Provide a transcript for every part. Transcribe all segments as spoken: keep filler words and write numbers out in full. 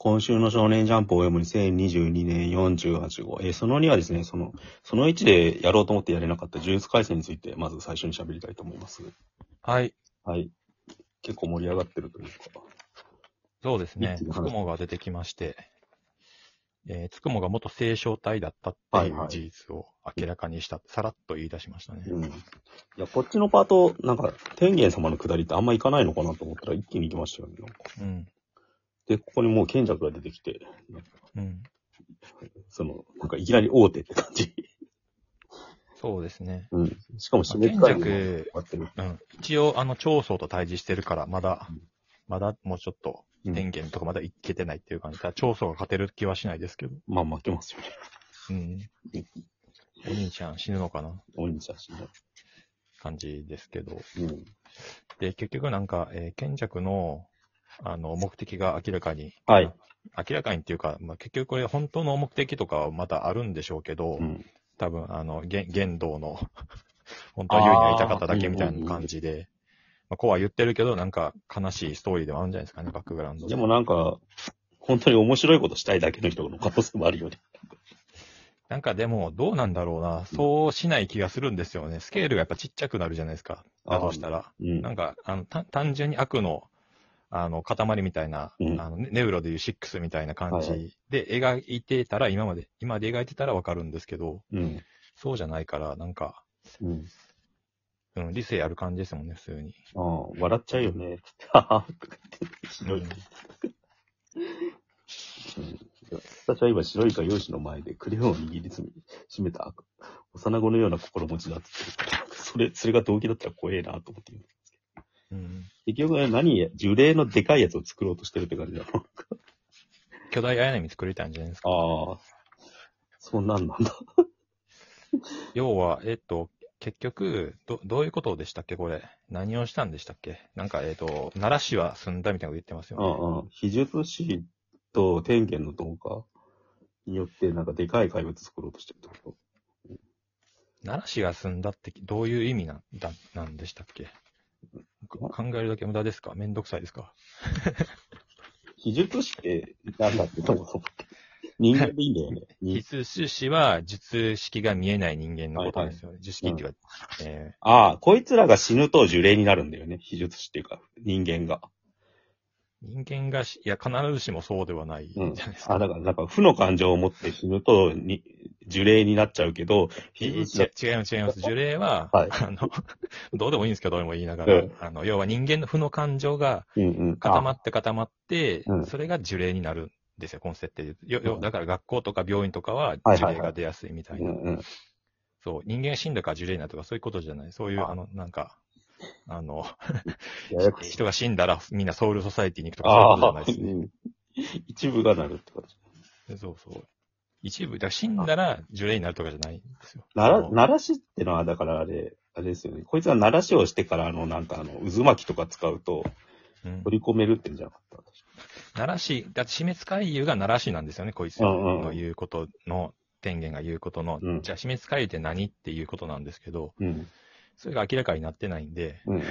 今週の少年ジャンプを読むにせんにじゅうにねんよんじゅうはち号。えー、そのにはですね、その、そのいちでやろうと思ってやれなかった呪術廻戦について、まず最初に喋りたいと思います。 はい。 はい。結構盛り上がってるというか。 そうですね。 一気に話つくもが出てきまして、えー、つくもが元清少隊だったってはいはいいう事実を明らかにした、さらっと言い出しましたね。 うん。いや、こっちのパート、なんか、天元様の下りってあんま行かないのかなと思ったら一気に行きましたよね。なんかうん。 で、ここにもう賢者が出てきて、 うん。 その、なんかいきなり大手って感じ。 そうですね。 うん。しかもまあ、賢締め使いにも者、 終わってる。 うん。一応、あの、長宗と対峙してるから、まだ、 うんまだもうちょっと、 うん天元とかまだいけてないっていう感じ。ただ長宗が勝てる気はしないですけど。 まあ負けますよね。 うん。お兄ちゃん死ぬのかなお兄ちゃんしね。 感じですけど。 うん。 で、結局なんか、えー、賢者の、あの、目的が明らかに、 はい明らかにっていうか、まあ、結局これ本当の目的とかはまたあるんでしょうけど、 うん。 多分、あの、げ言動の、本当は優位に会いたかっただけみたいな感じで、まあ、こうは言ってるけど、なんか悲しいストーリーでもあるんじゃないですかね、バックグラウンドで。 でもなんか、本当に面白いことしたいだけの人の可能性もあるよね。 なんかでも、どうなんだろうな、そうしない気がするんですよね。スケールがやっぱちっちゃくなるじゃないですか、だとしたら。 うん。 なんか、あの、単純に悪の、あの、塊みたいな、 うんあの、ネウロでいうシックスみたいな感はいはじで描いてたら、今まで、今まで描いてたらわかるんですけど、 うん。 そうじゃないから、なんか、 うん。 うん、理性ある感じですもんね、普通に。 ああ、笑っちゃうよね。はは白い。 うんうん私は今白いか容姿の前でクレヨンを握りつみ、締めた幼子のような心持ちだって言ってるから、それ、それが動機だったら怖えなと思って言う。 うん、 結局ね、何や、呪霊のでかいやつを作ろうとしてるって感じだろ。 巨大綾波作りたいんじゃないですか。 ああ、そんなんなんだ。 要は、えっと、結局、ど、どういうことでしたっけ、これ。何をしたんでしたっけ。なんか、えっと、奈良市は済んだみたいなこと言ってますよね。 うんうん。秘術師と天元の動画によって、なんかでかい怪物作ろうとしてるってこ奈良市が済んだってどういう意味なんだ、なんでしたっけ。 と考えるだけ無駄ですか。めんどくさいですか。 秘術師ってなんだってそもそも。人間でいいんだよね。に必須士は術式が見えない人間のことですよね。術式っていうか、えああ、こいつらが死ぬと呪霊になるんだよね。秘術師っていうか、人間が。 ー人間がし、いや、必ずしもそうではないじゃうん。 ないですか。 あ、だから、なんか負の感情を持って死ぬと、に、呪霊になっちゃうけど、 え秘術師だー、違います、違います。呪霊は、 はいあの、どうでもいいんですけど、どうでも言いながら、 うんあの、要は人間の負の感情がうんうん。 固まって固まって、 うんそれが呪霊になるんですよ、この設定で言うと。よようんだから学校とか病院とかははいはいはい呪霊が出やすいみたいな。 うんうん。 そう、人間が死んだから呪霊になるとかそういうことじゃない。そういう、 ああの、なんか、あの、 ややこしい。 人が死んだらみんなソウルソサイティに行くとかそういうことじゃああ、 ないですね。 うん。一部がなるって形。 そうそう。一部、だから死んだら呪霊になるとかじゃないんですよ。 なら、 あの奈良市ってのは、だからあれ、あれですよね。こいつは奈良市をしてから、あの、なんかあの、渦巻きとか使うと、 うん、 取り込めるってんじゃなかった私奈良市、だって死滅回遊が奈良市なんですよね、こいつうんうんうんの言うことの、天元が言うことの、 うんじゃあ死滅回遊って何っていうことなんですけど、 うん。 それが明らかになってないんで、 うんうん。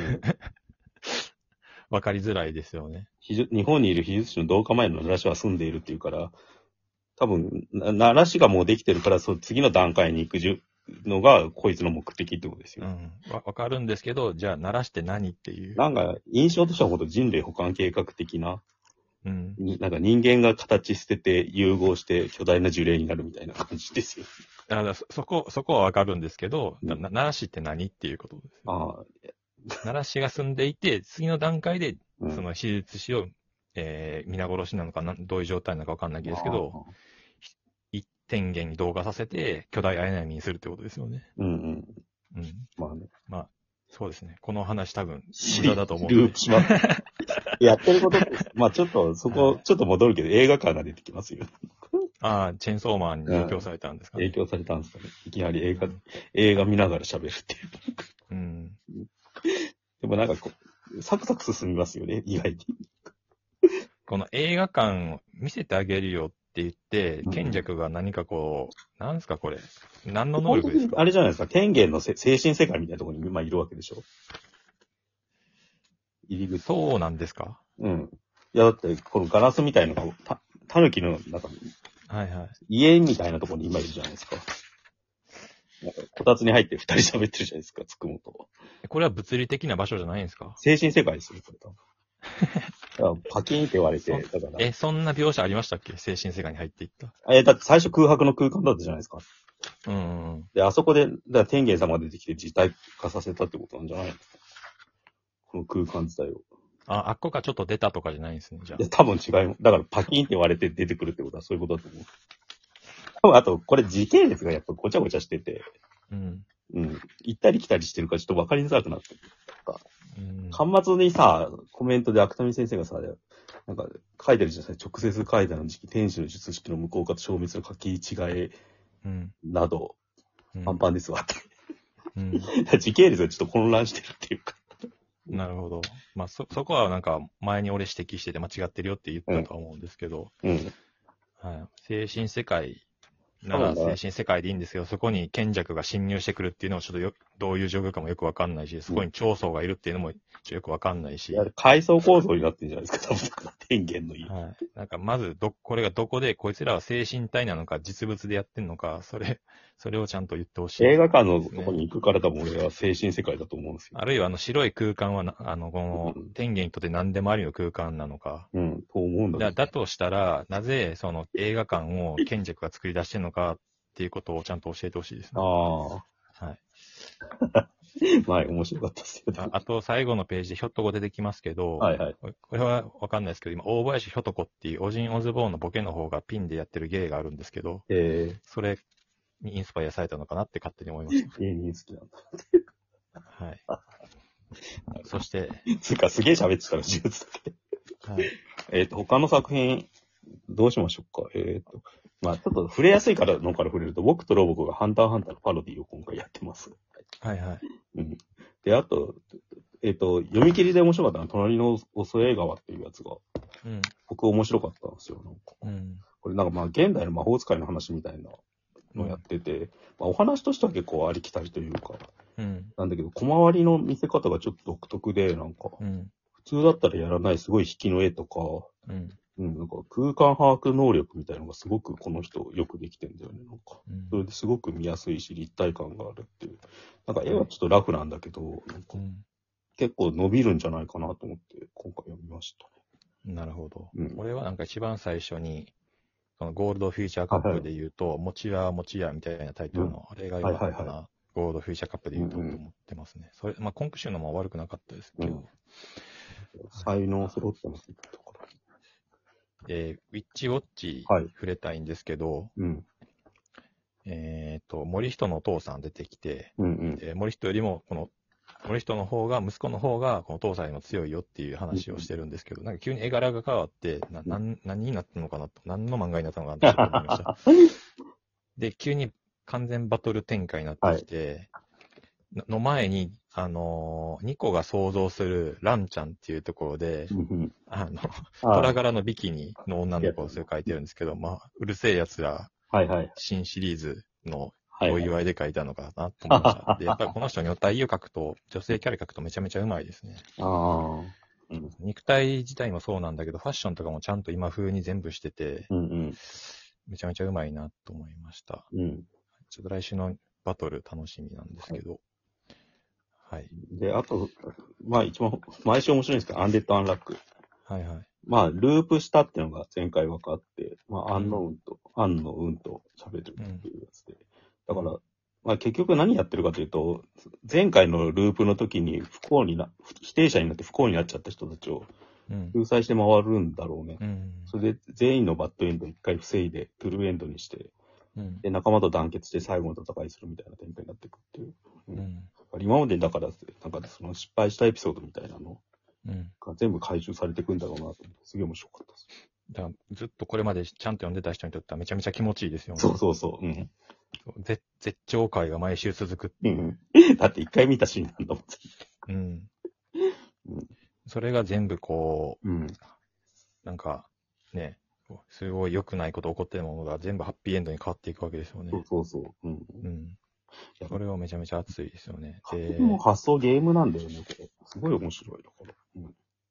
わかりづらいですよね。 秘術日本にいる秘術師の同化前の奈良市は住んでいるっていうから、多分、な奈良市がもうできてるから、そう、次の段階に行くじゅのが、こいつの目的ってことですよ。 うん。わ、わかるんですけど、じゃあ、奈良市って何っていう。 なんか、印象としてはほんと人類保管計画的な、 うん。 になんか人間が形捨てて融合して巨大な呪霊になるみたいな感じですよ。 だからそ、そこ、そこはわかるんですけど、 うんな奈良市って何っていうことですよ。 ああ、 奈良市が住んでいて、次の段階で、 うんその手術師を、えー、皆殺しなのかな、どういう状態なのかわかんないですけど、一天元に同化させて、巨大綾波にするってことですよね。 うんうん。 うん。 まあね。 まあ、そうですね。この話多分、 シ無駄だと思うんでループ。します。やってることって、まあちょっと、そこ、ちょっと戻るけど、映画館が出てきますよ。 ああ、チェーンソーマンに影響されたんですかね。 影響されたんですかね。いきなり映画、映画見ながら喋るっていう。 うん。 でもなんかこう、サクサク進みますよね、意外に。 この映画館を見せてあげるよって言ってうん、 賢者が何かこう、なんですかこれ。何の能力ですか。 あれじゃないですか、天元のせ精神世界みたいなところに今いるわけでしょ。入り口。 そうなんですか。 うん。いや、だって、このガラスみたいのがたタヌキの、なんか、 はいはい。 家みたいなところに今いるじゃないですか。なんかこたつに入って二人喋ってるじゃないですか、つくもと。 これは物理的な場所じゃないんですか？ 精神世界ですよ、これ多分。だからパキーンって言われて、 そだから。 え、そんな描写ありましたっけ？精神世界に入っていった。 え、だって最初空白の空間だったじゃないですか。 うんうんうん。 で、あそこで、だから天元様が出てきて実体化させたってことなんじゃないの？この空間自体を。 あ、あっこがちょっと出たとかじゃないんですね、じゃいや、多分違います。だからパキーンって言われて出てくるってことはそういうことだと思う。多分あと、これ時系列がやっぱごちゃごちゃしてて、 あ。うん。 うん。行ったり来たりしてるからちょっと分かりづらくなってる。 うん。 端末にさ、コメントで芥見先生がさ、なんか書いてるじゃないですか。直接書いたの時期、天使の術式の無効化と消滅の書き違えうん。 など、 うん。 パンパンですわって。 うん。 時系列がちょっと混乱してるっていうか。 なるほど。まあ、そ、そこはなんか、前に俺指摘してて間違ってるよって言ったとは思うんですけど、 うん。 はい。精神世界ならそうなんだ精神世界でいいんですけど、そこに賢弱が侵入してくるっていうのもちょっとよ、どういう状況かもよくわかんないし、そこに長宗がいるっていうのもちょっとよくわかんないし、 いや、階層構造になってるんじゃないですか、多分。天元の家。 はい。なんか、まず、ど、これがどこで、こいつらは精神体なのか、実物でやってんのか、それ、それをちゃんと言ってほしい。 映画館のとこに行くから多分俺は精神世界だと思うんですよ。 あるいは、あの、白い空間はな、あの、このうん、 天元にとって何でもありの空間なのか。 うん、と思うんだけだ、 ど。 だとしたら、なぜ、その、映画館を賢弱が作り出してんのかっていうことをちゃんと教えてほしいですね。 ああ。 はい。 はい、面白かったですよ。 ああと、最後のページでひょっとこ出てきますけど、 はいはい。 これはわかんないですけど、今、大林ひょとこっていうオジン・オズボーンのボケの方がピンでやってる芸があるんですけど、 えそれにインスパイアされたのかなって勝手に思いましー、芸人好きなんだ。 た。はい。そして、 つうか、すげえ喋ってたら呪術だけ。 はい。 えっと、他の作品、どうしましょうか。えっと、まあちょっと触れやすいからのから触れると、僕とロボコがハンターハンターのパロディを今回やってます。 はいはい。 うん。で、あと、えっと、読み切りで面白かったのは、隣の遅江川っていうやつが、 うん。 僕面白かったんですよ。なんかうん。 これなんかまあ現代の魔法使いの話みたいなのをやってて、まあお話としては結構ありきたりというか、 うん。 なんだけど、小回りの見せ方がちょっと独特で、なんか、 うん。 普通だったらやらないすごい引きの絵とか、 うん。 うん、なんか空間把握能力みたいなのがすごくこの人よくできてんだよね、なんか。 うんそれですごく見やすいし、立体感があるっていう。なんか絵はちょっとラフなんだけど、なんかうん結構伸びるんじゃないかなと思って今回読みましたね。 なるほど。 うんこれはなんか一番最初に、そのゴールドフューチャーカップで言うと、もちやもちやみたいなタイトルの、あれが良かったかな。 はいはいゴールドフューチャーカップで言うととうんうん思ってますね。それ、まあ、コンクシューのも悪くなかったですけど。 うん才能揃ってますね。ところえーウィッチウォッチはい触れたいんですけど、 うん。 えっ、と、森人のお父さん出てきて、 うんうん。 えー森人よりも、この、森人の方が、息子の方が、このお父さんよりも強いよっていう話をしてるんですけど、なんか急に絵柄が変わって、な、なん何になったのかなと、何の漫画になったのかなってちょっと思いました。で、急に完全バトル展開になってきて、のの前に、あのーニコが想像するランちゃんっていうところで、 うんうんあの、 あ虎柄のビキニの女の子をそれ書いてるんですけど、まあ、うるせえ奴ら、 はいはい。 新シリーズのはいはい。 お祝いで書いたのかなと思いました。で、やっぱりこの人女体を描くと、女性キャラ描くとめちゃめちゃうまいですね。 ああ。うん。 肉体自体もそうなんだけど、ファッションとかもちゃんと今風に全部してて、 うんうん。 めちゃめちゃうまいなと思いました。 うん。 ちょっと来週のバトル楽しみなんですけど。はい。 で、あと、まあ一番、毎週面白いんですけど、アンデッド・アンラック。 はいはい。 まあ、ループしたっていうのが前回分かって、まあ、アンの運と、アンの運と喋るっていうやつで。だから、まあ結局何やってるかというと、前回のループの時に不幸にな、否定者になって不幸になっちゃった人たちをうん。 救済して回るんだろうね。 うん。 それで全員のバッドエンドを一回防いで、トゥルーエンドにして、 うん。 で、仲間と団結して最後の戦いするみたいな展開になっていくっていう。ううんん。 今までだから、なんかその失敗したエピソードみたいなのうん。 が全部回収されていくんだろうなと思って、すげえ面白かったです。 だからずっとこれまでちゃんと読んでた人にとってはめちゃめちゃ気持ちいいですよね。 そうそうそう。うん。 絶絶頂回が毎週続く。 うん。だって一回見たシーンなんだもん。 うん。 うんそれが全部こう、 うん。 なんか、ね、すごい良くないこと起こってるものが全部ハッピーエンドに変わっていくわけですよね。 そうそうそう。うん。 うん。それはめちゃめちゃ熱いですよね。で、 もう発想ゲームなんだよね、これ。すごい面白い。だから。うん。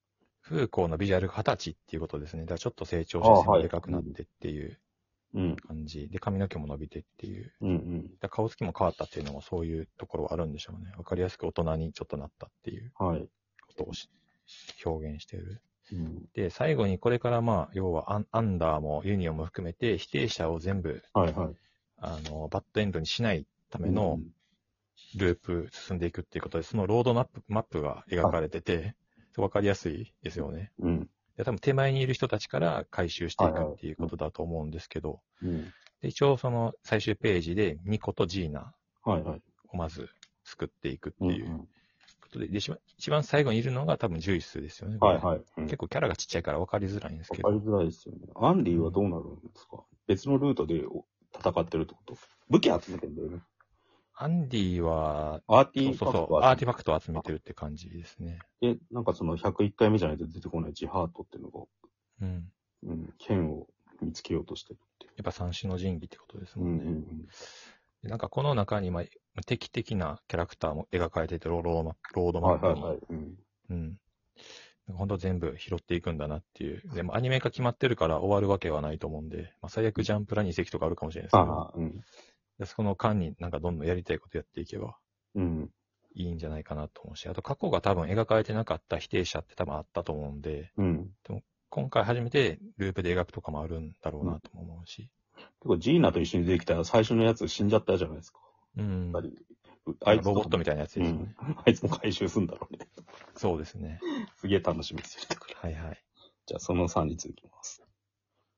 フーコーのビジュアルがはたちっていうことですね。だからちょっと成長して背もでかくなってっていう感じ。うん、で、髪の毛も伸びてっていう。 うんうん、 だ顔つきも変わったっていうのもそういうところはあるんでしょうね。わかりやすく大人にちょっとなったっていうことをし、はい、表現している。うん、で、最後にこれからまあ、要はアンアンダーもユニオンも含めて否定者を全部、はいはい、あの、バッドエンドにしないためのループ進んでいくっていうことで、そのロードマップ、マップが描かれてて、わかりやすいですよね。うん。で、多分手前にいる人たちから回収していくっていうことだと思うんですけど、はいはい、うん、で一応その最終ページでニコとジーナをまず救っていくっていうことで、で一番一番最後にいるのが多分ジュイスですよね。はいはい、うん。結構キャラがちっちゃいから分かりづらいんですけど。 分かりづらいですよね。アンディはどうなるんですか、うん、別のルートで戦ってるってこと？武器集めてんだよね。 アンディは、 アーティファクトそうそうそう、アーティファクトを集めてるって感じですね。 で、なんかそのひゃくいっかいめじゃないと出てこないジハートっていうのが、うん。うん、剣を見つけようとしてるっていう。 やっぱ三種の神器ってことですもんね。うんうんうん、でなんかこの中に、まあ、敵的なキャラクターも描かれてて、ロードマップに。はいはいはい、うん。うん。本当全部拾っていくんだなっていう。でもアニメ化決まってるから終わるわけはないと思うんで、まあ、最悪ジャンプラに席とかあるかもしれないですけど、あ、うん、でそこの間になんかどんどんやりたいことやっていけば、うん。いいんじゃないかなと思うし、あと過去が多分描かれてなかった否定者って多分あったと思うんで、うん、でも今回初めてループで描くとかもあるんだろうなとも思うし。 結構ジーナと一緒に出てきた最初のやつ死んじゃったじゃないですか。うん。 あいつロボットみたいなやつですよね、 うん。あいつも回収するんだろうね。 そうですね。 すげえ楽しみですよ。 はいはい。 じゃあそのさんに続きます。